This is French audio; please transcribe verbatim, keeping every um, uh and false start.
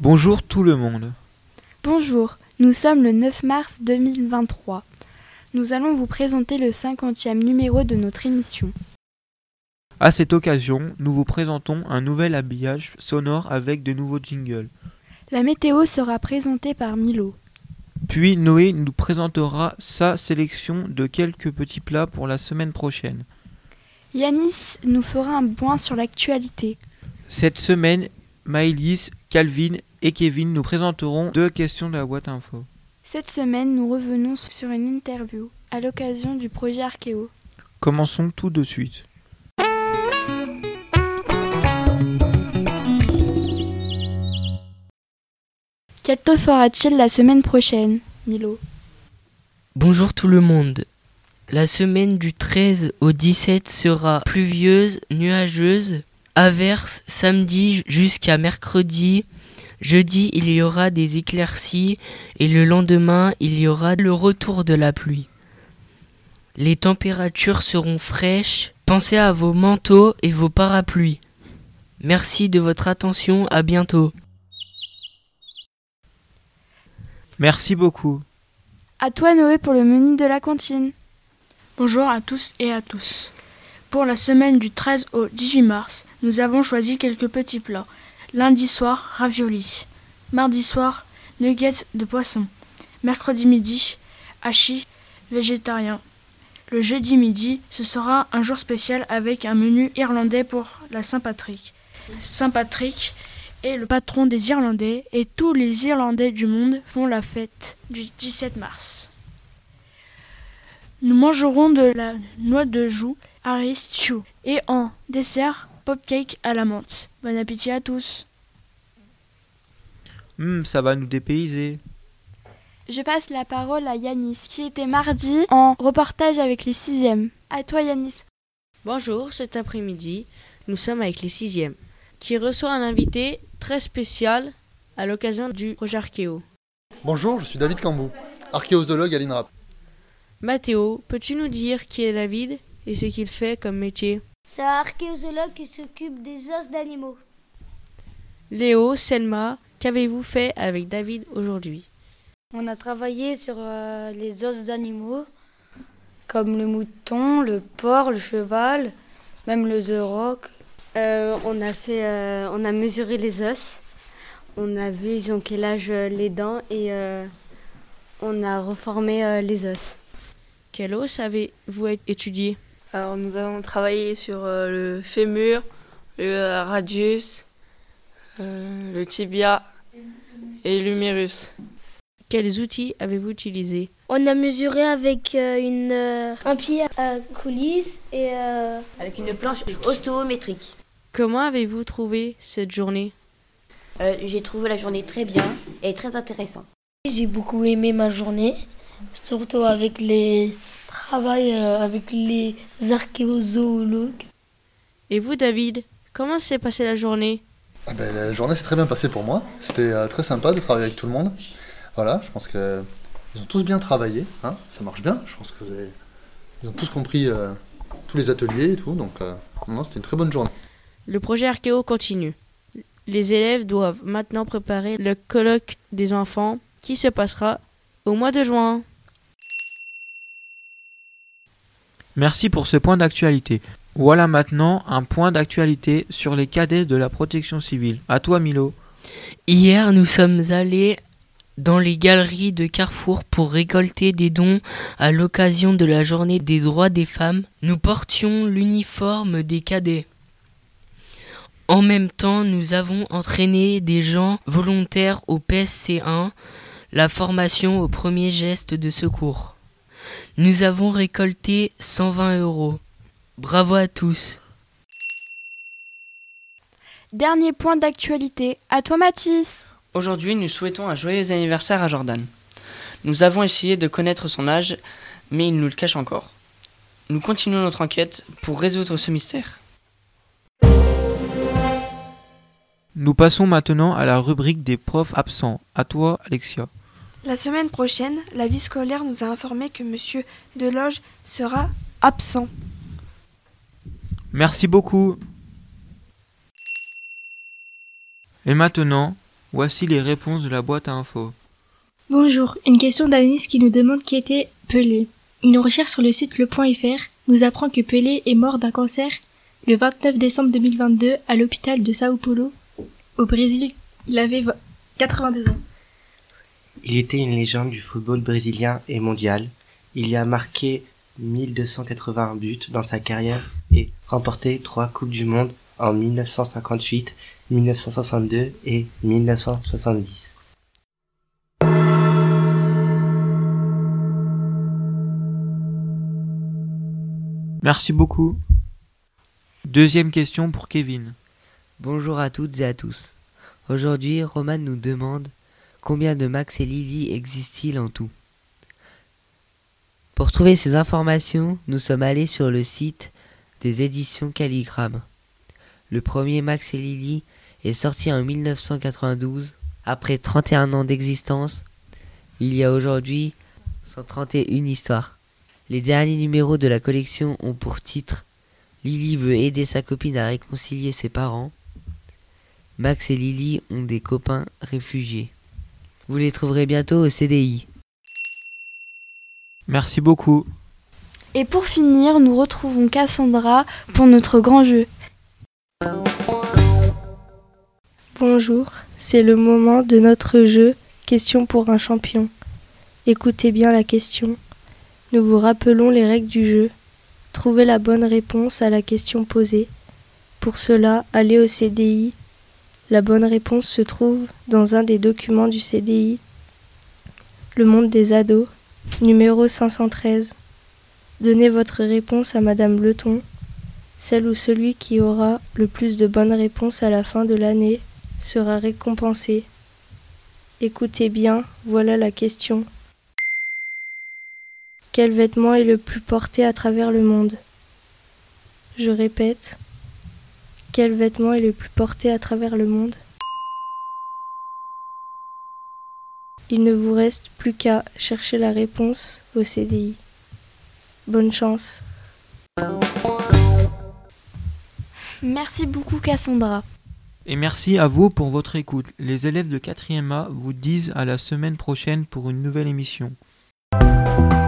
Bonjour tout le monde. Bonjour, nous sommes le neuf mars deux mille vingt-trois. Nous allons vous présenter le cinquantième numéro de notre émission. À cette occasion, nous vous présentons un nouvel habillage sonore avec de nouveaux jingles. La météo sera présentée par Milo. Puis Noé nous présentera sa sélection de quelques petits plats pour la semaine prochaine. Yanis nous fera un point sur l'actualité. Cette semaine, Maëlys, Calvin et Kevin nous présenteront deux questions de la boîte info. Cette semaine, nous revenons sur une interview à l'occasion du projet Archéo. Commençons tout de suite. Quel temps fera-t-il la semaine prochaine, Milo? Bonjour tout le monde. La semaine du treize au dix-sept sera pluvieuse, nuageuse, averse samedi jusqu'à mercredi. Jeudi, il y aura des éclaircies et le lendemain, il y aura le retour de la pluie. Les températures seront fraîches. Pensez à vos manteaux et vos parapluies. Merci de votre attention, à bientôt. Merci beaucoup. À toi Noé pour le menu de la cantine. Bonjour à tous et à tous. Pour la semaine du treize au dix-huit mars, nous avons choisi quelques petits plats. Lundi soir, ravioli. Mardi soir, nuggets de poisson. Mercredi midi, hachis végétarien. Le jeudi midi, ce sera un jour spécial avec un menu irlandais pour la Saint-Patrick. Saint-Patrick est le patron des Irlandais et tous les Irlandais du monde font la fête du dix-sept mars. Nous mangerons de la noix de joux, Irish stew, et en dessert, popcake à la menthe. Bon appétit à tous. Hum, ça va nous dépayser. Je passe la parole à Yanis, qui était mardi en reportage avec les sixièmes. À toi Yanis. Bonjour, cet après-midi, nous sommes avec les sixièmes, qui reçoit un invité très spécial à l'occasion du projet Archéo. Bonjour, je suis David Cambou, archéozoologue à l'INRAP. Mathéo, peux-tu nous dire qui est David et ce qu'il fait comme métier? C'est un archéozoologue qui s'occupe des os d'animaux. Léo, Selma, qu'avez-vous fait avec David aujourd'hui? On a travaillé sur euh, les os d'animaux, comme le mouton, le porc, le cheval, même le the rock. Euh, on a fait, euh, on a mesuré les os, on a vu ils ont quel âge euh, les dents et euh, on a reformé euh, les os. Quel os avez-vous étudié? Alors nous avons travaillé sur euh, le fémur, le radius, euh, le tibia et l'humérus. Quels outils avez-vous utilisés? On a mesuré avec euh, une, euh, un pied à coulisse et... Euh... avec une planche ostéométrique. Comment avez-vous trouvé cette journée? euh, J'ai trouvé la journée très bien et très intéressante. J'ai beaucoup aimé ma journée, surtout avec les travail euh, avec les archéozoologues. Et vous David, comment s'est passée la journée? Ah ben, la journée s'est très bien passée pour moi. C'était euh, très sympa de travailler avec tout le monde. Voilà, je pense qu'ils ont tous bien travaillé, hein, ça marche bien. Je pense que vous avez... ils ont tous compris euh, tous les ateliers et tout, donc euh, non, c'était une très bonne journée. Le projet Archéo continue. Les élèves doivent maintenant préparer le colloque des enfants qui se passera au mois de juin. Merci pour ce point d'actualité. Voilà maintenant un point d'actualité sur les cadets de la protection civile. À toi Milo. Hier, nous sommes allés dans les galeries de Carrefour pour récolter des dons à l'occasion de la journée des droits des femmes. Nous portions l'uniforme des cadets. En même temps, nous avons entraîné des gens volontaires au P S C un, la formation aux premiers gestes de secours. Nous avons récolté cent vingt euros. Bravo à tous. Dernier point d'actualité. À toi Mathis. Aujourd'hui, nous souhaitons un joyeux anniversaire à Jordan. Nous avons essayé de connaître son âge, mais il nous le cache encore. Nous continuons notre enquête pour résoudre ce mystère. Nous passons maintenant à la rubrique des profs absents. À toi Alexia. La semaine prochaine, la vie scolaire nous a informé que Monsieur Deloge sera absent. Merci beaucoup. Et maintenant, Voici les réponses de la boîte à infos. Bonjour, une question d'Anis qui nous demande qui était Pelé. Une recherche sur le site le point f r nous apprend que Pelé est mort d'un cancer le vingt-neuf décembre deux mille vingt-deux à l'hôpital de Sao Paulo, au Brésil. Il avait quatre-vingt-deux ans. Il était une légende du football brésilien et mondial. Il y a marqué mille deux cent quatre-vingts buts dans sa carrière et remporté trois Coupes du Monde en mille neuf cent cinquante-huit, mille neuf cent soixante-deux et mille neuf cent soixante-dix. Merci beaucoup. Deuxième question pour Kevin. Bonjour à toutes et à tous. Aujourd'hui, Roman nous demande combien de Max et Lily existe-t-il en tout. Pour trouver ces informations, nous sommes allés sur le site des éditions Calligramme. Le premier Max et Lily est sorti en mille neuf cent quatre-vingt-douze. Après trente et un ans d'existence, il y a aujourd'hui cent trente et une histoires. Les derniers numéros de la collection ont pour titre « Lily veut aider sa copine à réconcilier ses parents ». Max et Lily ont des copains réfugiés. Vous les trouverez bientôt au C D I. Merci beaucoup. Et pour finir, nous retrouvons Cassandra pour notre grand jeu. Bonjour, c'est le moment de notre jeu Question pour un champion. Écoutez bien la question. Nous vous rappelons les règles du jeu. Trouvez la bonne réponse à la question posée. Pour cela, allez au C D I. La bonne réponse se trouve dans un des documents du C D I. Le monde des ados, numéro cinq cent treize. Donnez votre réponse à Madame Leton. Celle ou celui qui aura le plus de bonnes réponses à la fin de l'année sera récompensé. Écoutez bien, voilà la question. Quel vêtement est le plus porté à travers le monde? Je répète. Quel vêtement est le plus porté à travers le monde? Il ne vous reste plus qu'à chercher la réponse au C D I. Bonne chance. Merci beaucoup Cassandra. Et merci à vous pour votre écoute. Les élèves de quatrième A vous disent à la semaine prochaine pour une nouvelle émission.